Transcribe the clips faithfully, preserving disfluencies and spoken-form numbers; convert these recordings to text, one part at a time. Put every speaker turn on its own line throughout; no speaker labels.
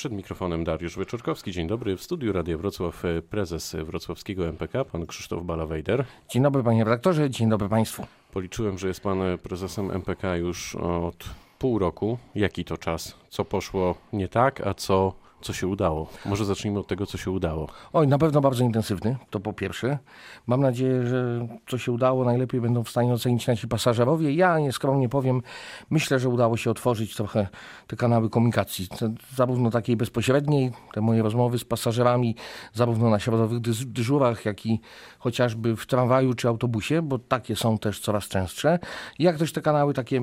Przed mikrofonem Dariusz Wieczorkowski. Dzień dobry. W studiu Radia Wrocław prezes wrocławskiego M P K, pan Krzysztof Balla-Wejder.
Dzień dobry panie redaktorze, dzień dobry państwu.
Policzyłem, że jest pan prezesem M P K już od pół roku. Jaki to czas? Co poszło nie tak, a co... Co się udało? Może zacznijmy od tego, co się udało.
Oj, na pewno bardzo intensywny, to po pierwsze. Mam nadzieję, że co się udało, najlepiej będą w stanie ocenić nasi pasażerowie. Ja nieskromnie powiem, myślę, że udało się otworzyć trochę te kanały komunikacji. Zarówno takiej bezpośredniej, te moje rozmowy z pasażerami, zarówno na środowych dyż- dyżurach, jak i chociażby w tramwaju czy autobusie, bo takie są też coraz częstsze. Jak też te kanały takie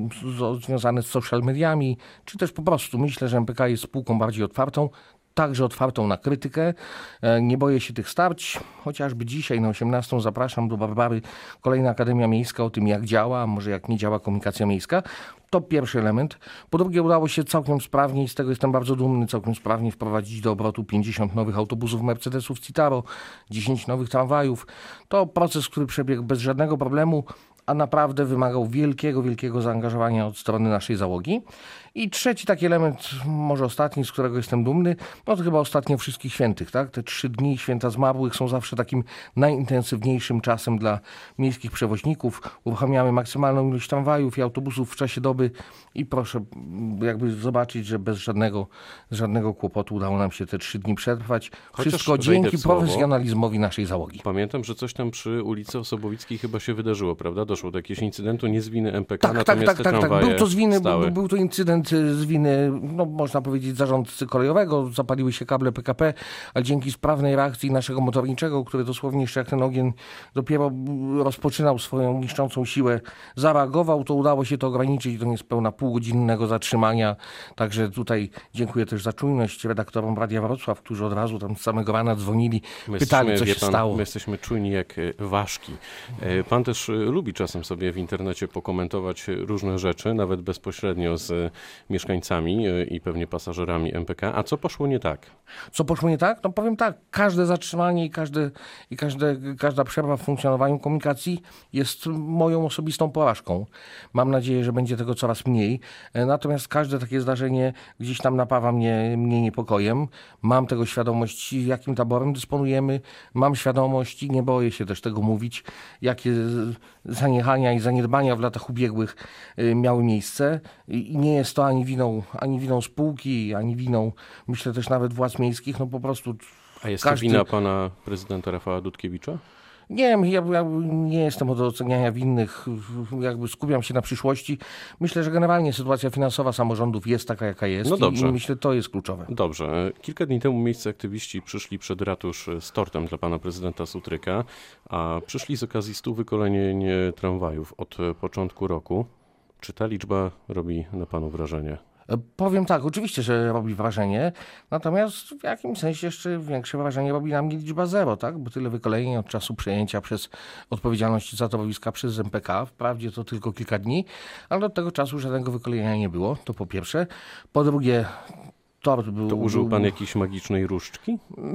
z- związane z social mediami, czy też po prostu myślę, że M P K jest spółką bardziej otwartą, także otwartą na krytykę. Nie boję się tych starć. Chociażby dzisiaj na osiemnastą zapraszam do Barbary kolejna Akademia Miejska o tym, jak działa, a może jak nie działa komunikacja miejska. To pierwszy element. Po drugie, udało się całkiem sprawnie, i z tego jestem bardzo dumny, całkiem sprawnie wprowadzić do obrotu pięćdziesiąt nowych autobusów Mercedesów Citaro, dziesięć nowych tramwajów. To proces, który przebiegł bez żadnego problemu, a naprawdę wymagał wielkiego, wielkiego zaangażowania od strony naszej załogi. I trzeci taki element, może ostatni, z którego jestem dumny, no to chyba ostatnie Wszystkich Świętych, tak? Te trzy dni Święta Zmarłych są zawsze takim najintensywniejszym czasem dla miejskich przewoźników. Uruchamiamy maksymalną ilość tramwajów i autobusów w czasie doby i proszę jakby zobaczyć, że bez żadnego, żadnego kłopotu udało nam się te trzy dni przetrwać.
Chociaż
wszystko dzięki profesjonalizmowi naszej załogi.
Pamiętam, że coś tam przy ulicy Osobowickiej chyba się wydarzyło, prawda? Doszło do jakiegoś incydentu, nie z winy M P K,
tak,
natomiast
tak,
te
tak, tak, tak. Był to z winy,
stały.
był to incydent z winy, no można powiedzieć, zarządcy kolejowego. Zapaliły się kable P K P, ale dzięki sprawnej reakcji naszego motorniczego, który dosłownie jeszcze jak ten ogień dopiero rozpoczynał swoją niszczącą siłę, zareagował, to udało się to ograniczyć do niespełna półgodzinnego zatrzymania. Także tutaj dziękuję też za czujność redaktorom Radia Wrocław, którzy od razu tam z samego rana dzwonili,
my
pytali,
jesteśmy,
co się
pan,
stało.
My jesteśmy czujni jak ważki. Pan też lubi czasem sobie w internecie pokomentować różne rzeczy, nawet bezpośrednio z mieszkańcami i pewnie pasażerami M P K. A co poszło nie tak?
Co poszło nie tak? No powiem tak, każde zatrzymanie i, każde, i każde, każda przerwa w funkcjonowaniu komunikacji jest moją osobistą porażką. Mam nadzieję, że będzie tego coraz mniej. Natomiast każde takie zdarzenie gdzieś tam napawa mnie, mnie niepokojem. Mam tego świadomość, jakim taborem dysponujemy. Mam świadomość i nie boję się też tego mówić, jakie zaniechania i zaniedbania w latach ubiegłych miały miejsce. I nie jest to ani winą, ani winą spółki, ani winą, myślę też nawet władz miejskich, no po prostu...
A jest
każdy...
to wina pana prezydenta Rafała Dudkiewicza?
Nie wiem, ja, ja nie jestem od oceniania winnych, jakby skupiam się na przyszłości. Myślę, że generalnie sytuacja finansowa samorządów jest taka, jaka jest.
No dobrze.
I myślę, że to jest kluczowe.
Dobrze. Kilka dni temu miejsce aktywiści przyszli przed ratusz z tortem dla pana prezydenta Sutryka, a przyszli z okazji stu wykolenień tramwajów od początku roku. Czy ta liczba robi na panu wrażenie?
Powiem tak, oczywiście, że robi wrażenie, natomiast w jakimś sensie jeszcze większe wrażenie robi na mnie liczba zero, tak? Bo tyle wykoleń od czasu przejęcia przez odpowiedzialność za torowiska przez M P K. Wprawdzie to tylko kilka dni, ale od tego czasu żadnego wykolenia nie było, to po pierwsze. Po drugie, tort był...
To użył pan jakiejś magicznej różdżki?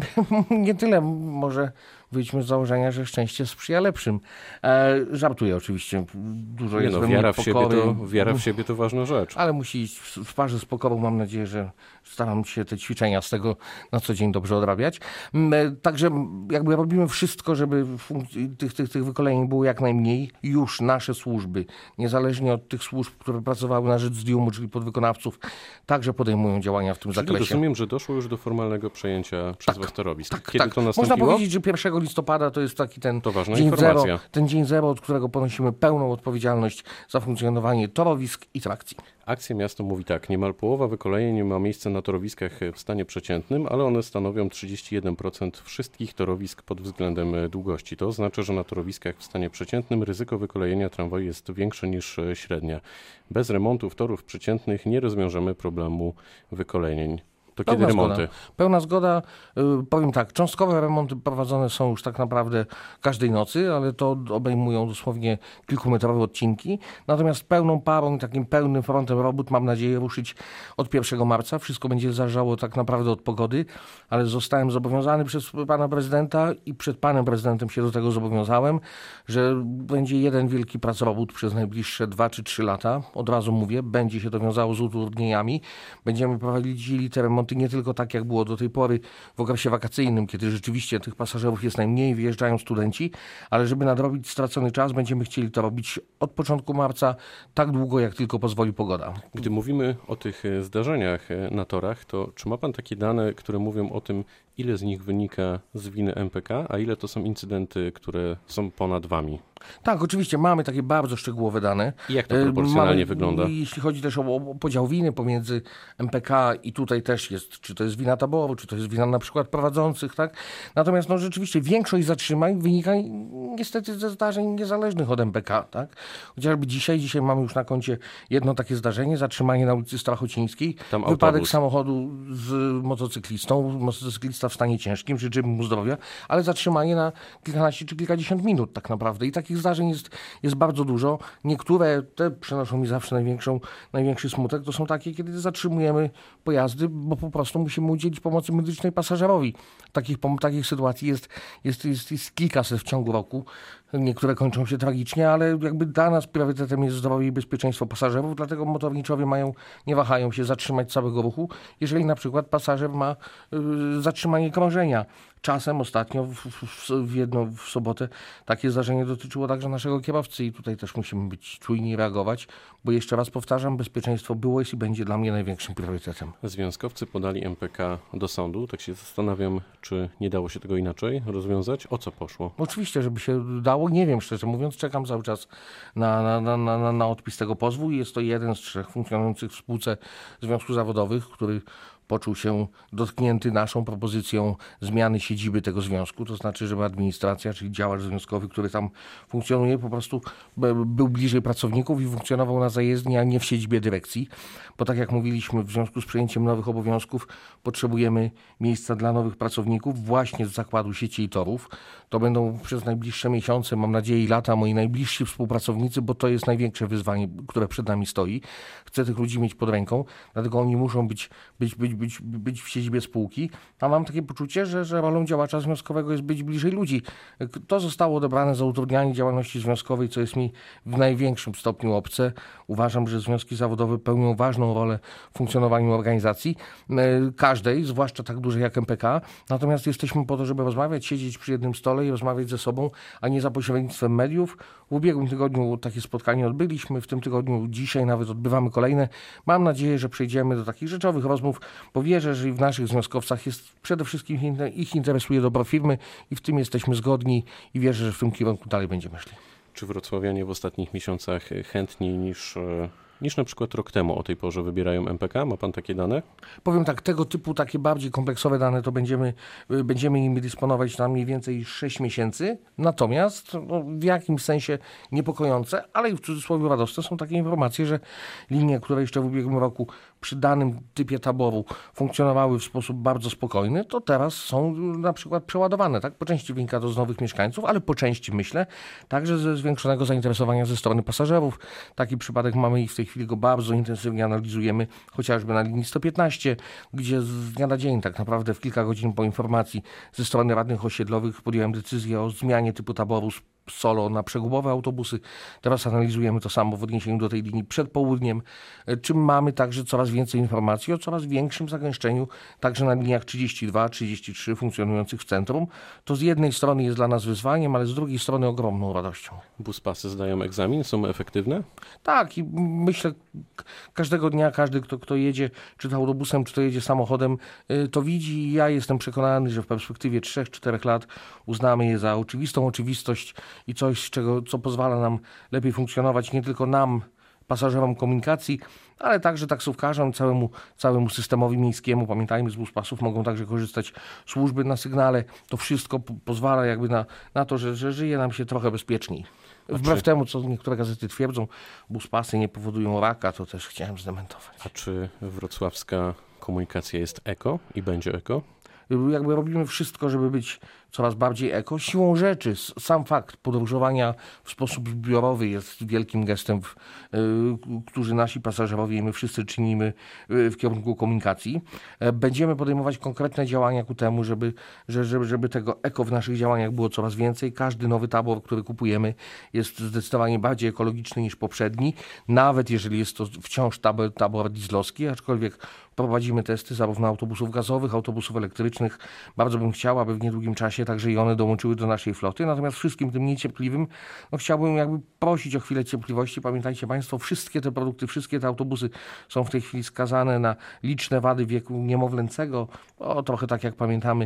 Nie tyle, może wyjdźmy z założenia, że szczęście sprzyja lepszym. E, żartuję oczywiście. Dużo
Nie
jest
no,
we mnie
wiara w, siebie
pokory.
to, wiara w siebie to ważna rzecz.
Ale musi iść w, w parze z pokorą. Mam nadzieję, że staram się te ćwiczenia z tego na co dzień dobrze odrabiać. E, także jakby robimy wszystko, żeby funk- tych, tych, tych wykoleń było jak najmniej. Już nasze służby, niezależnie od tych służb, które pracowały na rzecz zdiumu, czyli podwykonawców, także podejmują działania w tym
Czyli
zakresie.
rozumiem, że doszło już do formalnego przejęcia przez
Tak,
was torowisk.
Tak,
Kiedy
tak.
to nastąpiło?
Można powiedzieć, że pierwszego listopada to jest taki ten
To ważna
dzień zero,
informacja.
ten dzień zero, od którego ponosimy pełną odpowiedzialność za funkcjonowanie torowisk i trakcji.
Akcja Miasto mówi tak, niemal połowa wykolejeń ma miejsce na torowiskach w stanie przeciętnym, ale one stanowią trzydzieści jeden procent wszystkich torowisk pod względem długości. To oznacza, że na torowiskach w stanie przeciętnym ryzyko wykolejenia tramwaju jest większe niż średnia. Bez remontów torów przeciętnych nie rozwiążemy problemu wykolejeń. To
Pełna
kiedy remonty?
Zgoda. Pełna zgoda. Yy, powiem tak, cząstkowe remonty prowadzone są już tak naprawdę każdej nocy, ale to obejmują dosłownie kilkumetrowe odcinki. Natomiast pełną parą i takim pełnym frontem robót mam nadzieję ruszyć od pierwszego marca. Wszystko będzie zależało tak naprawdę od pogody, ale zostałem zobowiązany przez pana prezydenta i przed panem prezydentem się do tego zobowiązałem, że będzie jeden wielki pracorobót przez najbliższe dwa czy trzy lata. Od razu mówię, będzie się to wiązało z utrudnieniami. Będziemy prowadzili te remonty remonty, nie tylko tak jak było do tej pory w okresie wakacyjnym, kiedy rzeczywiście tych pasażerów jest najmniej, wyjeżdżają studenci, ale żeby nadrobić stracony czas, będziemy chcieli to robić od początku marca, tak długo jak tylko pozwoli pogoda.
Gdy mówimy o tych zdarzeniach na torach, to czy ma pan takie dane, które mówią o tym, ile z nich wynika z winy M P K, a ile to są incydenty, które są ponad wami?
Tak, oczywiście mamy takie bardzo szczegółowe dane.
I jak to proporcjonalnie mamy, wygląda?
Jeśli chodzi też o, o podział winy pomiędzy M P K i tutaj też jest, czy to jest wina taboru, czy to jest wina na przykład prowadzących, tak? Natomiast no rzeczywiście większość zatrzymań wynika niestety ze zdarzeń niezależnych od M P K, tak? Chociażby dzisiaj, dzisiaj mamy już na koncie jedno takie zdarzenie, zatrzymanie na ulicy Strachocińskiej,
Tam
wypadek
autobus.
samochodu z motocyklistą, motocyklista w stanie ciężkim, życzymy mu zdrowia, ale zatrzymanie na kilkanaście czy kilkadziesiąt minut tak naprawdę i takich zdarzeń jest, jest bardzo dużo. Niektóre te przynoszą mi zawsze największą, największy smutek. To są takie, kiedy zatrzymujemy pojazdy, bo po prostu musimy udzielić pomocy medycznej pasażerowi. Takich, takich sytuacji jest, jest, jest, jest kilkaset w ciągu roku. Niektóre kończą się tragicznie, ale jakby dla nas priorytetem jest zdrowie i bezpieczeństwo pasażerów, dlatego motorniczowie mają, nie wahają się zatrzymać całego ruchu, jeżeli na przykład pasażer ma y, zatrzymanie krążenia. Czasem ostatnio w, w, w jedną w sobotę takie zdarzenie dotyczyło także naszego kierowcy i tutaj też musimy być czujni i reagować, bo jeszcze raz powtarzam, bezpieczeństwo było jest i będzie dla mnie największym priorytetem.
Związkowcy podali M P K do sądu, tak się zastanawiam, czy nie dało się tego inaczej rozwiązać? O co poszło?
Oczywiście, żeby się dało, nie wiem, szczerze mówiąc, czekam cały czas na, na, na, na, na odpis tego pozwu i jest to jeden z trzech funkcjonujących w spółce związków zawodowych, który poczuł się dotknięty naszą propozycją zmiany siedziby tego związku, to znaczy, żeby administracja, czyli działacz związkowy, który tam funkcjonuje, po prostu był bliżej pracowników i funkcjonował na zajezdni, a nie w siedzibie dyrekcji, bo tak jak mówiliśmy, w związku z przejęciem nowych obowiązków potrzebujemy miejsca dla nowych pracowników właśnie z zakładu sieci i torów. To będą przez najbliższe miesiące, mam nadzieję i lata, moi najbliżsi współpracownicy, bo to jest największe wyzwanie, które przed nami stoi. Chcę tych ludzi mieć pod ręką, dlatego oni muszą być, być, być Być, być w siedzibie spółki, a mam takie poczucie, że, że rolą działacza związkowego jest być bliżej ludzi. To zostało odebrane za utrudnianie działalności związkowej, co jest mi w największym stopniu obce. Uważam, że związki zawodowe pełnią ważną rolę w funkcjonowaniu organizacji, każdej, zwłaszcza tak dużej jak M P K, natomiast jesteśmy po to, żeby rozmawiać, siedzieć przy jednym stole i rozmawiać ze sobą, a nie za pośrednictwem mediów. W ubiegłym tygodniu takie spotkanie odbyliśmy, w tym tygodniu dzisiaj nawet odbywamy kolejne. Mam nadzieję, że przejdziemy do takich rzeczowych rozmów, bo wierzę, że i w naszych związkowcach jest przede wszystkim ich interesuje dobro firmy i w tym jesteśmy zgodni i wierzę, że w tym kierunku dalej będziemy szli.
Czy wrocławianie w ostatnich miesiącach chętniej niż, niż na przykład rok temu o tej porze wybierają M P K? Ma pan takie dane?
Powiem tak, tego typu takie bardziej kompleksowe dane to będziemy, będziemy nimi dysponować na mniej więcej sześć miesięcy. Natomiast no, w jakimś sensie niepokojące, ale i w cudzysłowie radosne są takie informacje, że linie, które jeszcze w ubiegłym roku przy danym typie taboru funkcjonowały w sposób bardzo spokojny, to teraz są na przykład przeładowane. Tak? Po części wynika to z nowych mieszkańców, ale po części myślę także ze zwiększonego zainteresowania ze strony pasażerów. Taki przypadek mamy i w tej chwili go bardzo intensywnie analizujemy, chociażby na linii sto piętnaście, gdzie z dnia na dzień tak naprawdę w kilka godzin po informacji ze strony radnych osiedlowych podjąłem decyzję o zmianie typu taboru z solo na przegubowe autobusy. Teraz analizujemy to samo w odniesieniu do tej linii przed południem, czym mamy także coraz więcej informacji o coraz większym zagęszczeniu także na liniach trzydzieści dwa, trzydzieści trzy funkcjonujących w centrum. To z jednej strony jest dla nas wyzwaniem, ale z drugiej strony ogromną radością.
Buspasy zdają egzamin, są efektywne?
Tak i myślę każdego dnia, każdy kto, kto jedzie, czy to autobusem, czy to jedzie samochodem, to widzi i ja jestem przekonany, że w perspektywie trzech czterech lat uznamy je za oczywistą oczywistość i coś, czego, co pozwala nam lepiej funkcjonować, nie tylko nam, pasażerom komunikacji, ale także taksówkarzom, całemu, całemu systemowi miejskiemu. Pamiętajmy, z buspasów mogą także korzystać służby na sygnale. To wszystko po, pozwala jakby na, na to, że, że żyje nam się trochę bezpieczniej. Wbrew czy... temu, co niektóre gazety twierdzą, buspasy nie powodują raka, to też chciałem zdementować.
A czy wrocławska komunikacja jest eko i będzie eko?
Jakby robimy wszystko, żeby być coraz bardziej eko. Siłą rzeczy sam fakt podróżowania w sposób zbiorowy jest wielkim gestem, w, y, który nasi pasażerowie i my wszyscy czynimy y, w kierunku komunikacji. E, będziemy podejmować konkretne działania ku temu, żeby, żeby, żeby tego eko w naszych działaniach było coraz więcej. Każdy nowy tabor, który kupujemy, jest zdecydowanie bardziej ekologiczny niż poprzedni, nawet jeżeli jest to wciąż tabor, tabor dieslowski, aczkolwiek prowadzimy testy zarówno autobusów gazowych, autobusów elektrycznych. Bardzo bym chciał, aby w niedługim czasie także i one dołączyły do naszej floty. Natomiast wszystkim tym niecierpliwym no, chciałbym jakby prosić o chwilę cierpliwości. Pamiętajcie Państwo, wszystkie te produkty, wszystkie te autobusy są w tej chwili skazane na liczne wady wieku niemowlęcego. O, trochę tak jak pamiętamy,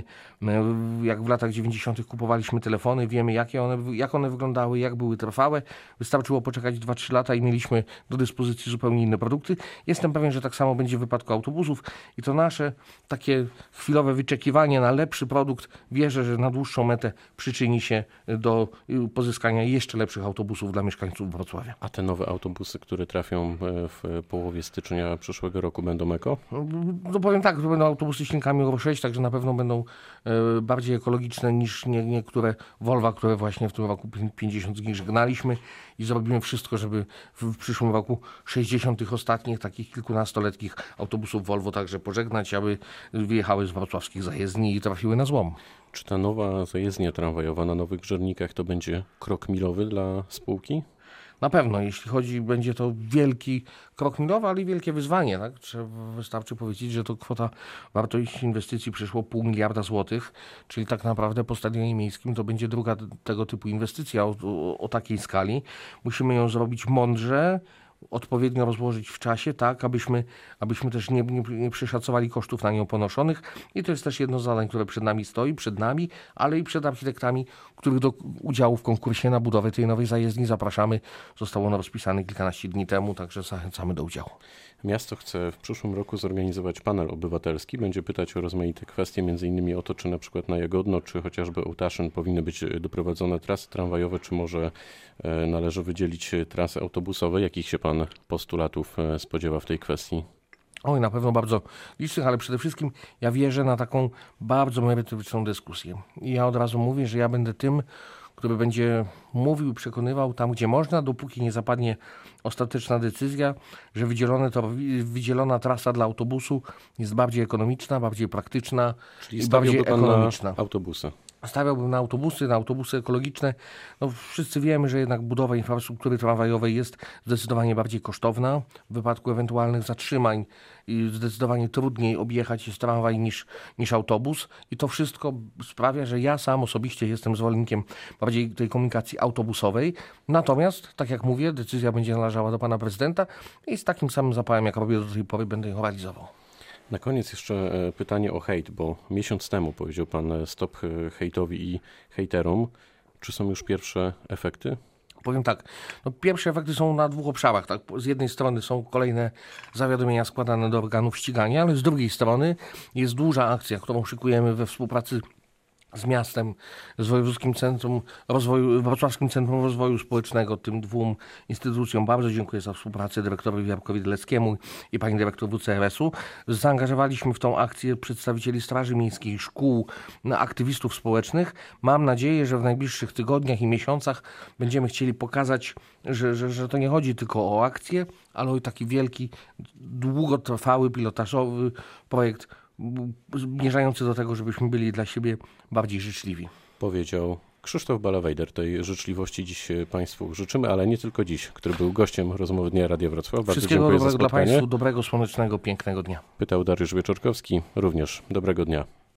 jak w latach dziewięćdziesiątych kupowaliśmy telefony, wiemy jakie one, jak one wyglądały, jak były trwałe. Wystarczyło poczekać dwa trzy lata i mieliśmy do dyspozycji zupełnie inne produkty. Jestem pewien, że tak samo będzie w wypadku autobusów i to nasze takie chwilowe wyczekiwanie na lepszy produkt, wierzę, że na dłuższą metę przyczyni się do pozyskania jeszcze lepszych autobusów dla mieszkańców Wrocławia.
A te nowe autobusy, które trafią w połowie stycznia przyszłego roku, będą eko?
No powiem tak, to będą autobusy z silnikami Euro sześć, także na pewno będą e, bardziej ekologiczne niż nie, niektóre Volva, które właśnie w tym roku pięćdziesiąt z nich żegnaliśmy i zrobimy wszystko, żeby w, w przyszłym roku sześćdziesiąt tych ostatnich, takich kilkunastoletnich autobusów Volvo także pożegnać, aby wyjechały z wrocławskich zajezdni i trafiły na złom.
Czy ta nowa zajezdnia tramwajowa na Nowych Żernikach to będzie krok milowy dla spółki?
Na pewno, jeśli chodzi, będzie to wielki krok milowy, ale i wielkie wyzwanie. Tak? Trzeba, wystarczy powiedzieć, że to kwota wartość inwestycji przyszło pół miliarda złotych, czyli tak naprawdę po stadionie miejskim to będzie druga tego typu inwestycja o, o, o takiej skali. Musimy ją zrobić mądrze, odpowiednio rozłożyć w czasie, tak, abyśmy, abyśmy też nie, nie, nie przeszacowali kosztów na nią ponoszonych. I to jest też jedno z zadań, które przed nami stoi, przed nami, ale i przed architektami, których do udziału w konkursie na budowę tej nowej zajezdni zapraszamy. Zostało ono rozpisane kilkanaście dni temu, także zachęcamy do udziału.
Miasto chce w przyszłym roku zorganizować panel obywatelski. Będzie pytać o rozmaite kwestie, między innymi o to, czy na przykład na Jagodno, czy chociażby Ołtaszyn powinny być doprowadzone trasy tramwajowe, czy może e, należy wydzielić trasy autobusowe. Jakich się pan postulatów e, spodziewa w tej kwestii?
Oj, na pewno bardzo licznych, ale przede wszystkim ja wierzę na taką bardzo merytoryczną dyskusję. I ja od razu mówię, że ja będę tym, który będzie mówił, przekonywał tam, gdzie można, dopóki nie zapadnie ostateczna decyzja, że wydzielone to, wydzielona trasa dla autobusu jest bardziej ekonomiczna, bardziej praktyczna
Czyli
i bardziej
pan
ekonomiczna.
Na autobusy.
Stawiałbym na autobusy, na autobusy ekologiczne. No, wszyscy wiemy, że jednak budowa infrastruktury tramwajowej jest zdecydowanie bardziej kosztowna. W wypadku ewentualnych zatrzymań i zdecydowanie trudniej objechać jest tramwaj niż, niż autobus. I to wszystko sprawia, że ja sam osobiście jestem zwolennikiem bardziej tej komunikacji autobusowej. Natomiast, tak jak mówię, decyzja będzie należała do pana prezydenta i z takim samym zapałem, jak robię do tej pory, będę ją realizował.
Na koniec jeszcze pytanie o hejt, bo miesiąc temu powiedział pan stop hejtowi i hejterom. Czy są już pierwsze efekty?
Powiem tak, no pierwsze efekty są na dwóch obszarach. Tak? Z jednej strony są kolejne zawiadomienia składane do organów ścigania, ale z drugiej strony jest duża akcja, którą szykujemy we współpracy z miastem, z Wojewódzkim Centrum Rozwoju, Wrocławskim Centrum Rozwoju Społecznego, tym dwóm instytucjom. Bardzo dziękuję za współpracę dyrektorowi Jarkowi Deleckiemu i pani dyrektor W C R S u. Zaangażowaliśmy w tą akcję przedstawicieli Straży Miejskiej, szkół, aktywistów społecznych. Mam nadzieję, że w najbliższych tygodniach i miesiącach będziemy chcieli pokazać, że, że, że to nie chodzi tylko o akcję, ale o taki wielki, długotrwały, pilotażowy projekt zmierzający do tego, żebyśmy byli dla siebie bardziej życzliwi.
Powiedział Krzysztof Ballawejder. Tej życzliwości dziś Państwu życzymy, ale nie tylko dziś, który był gościem rozmowy Dnia Radia Wrocław. Bardzo
Wszystkiego
dziękuję
dobrego
za
dla
spotkanie.
Państwa, dobrego, słonecznego, pięknego dnia.
Pytał Dariusz Wieczorkowski. Również dobrego dnia.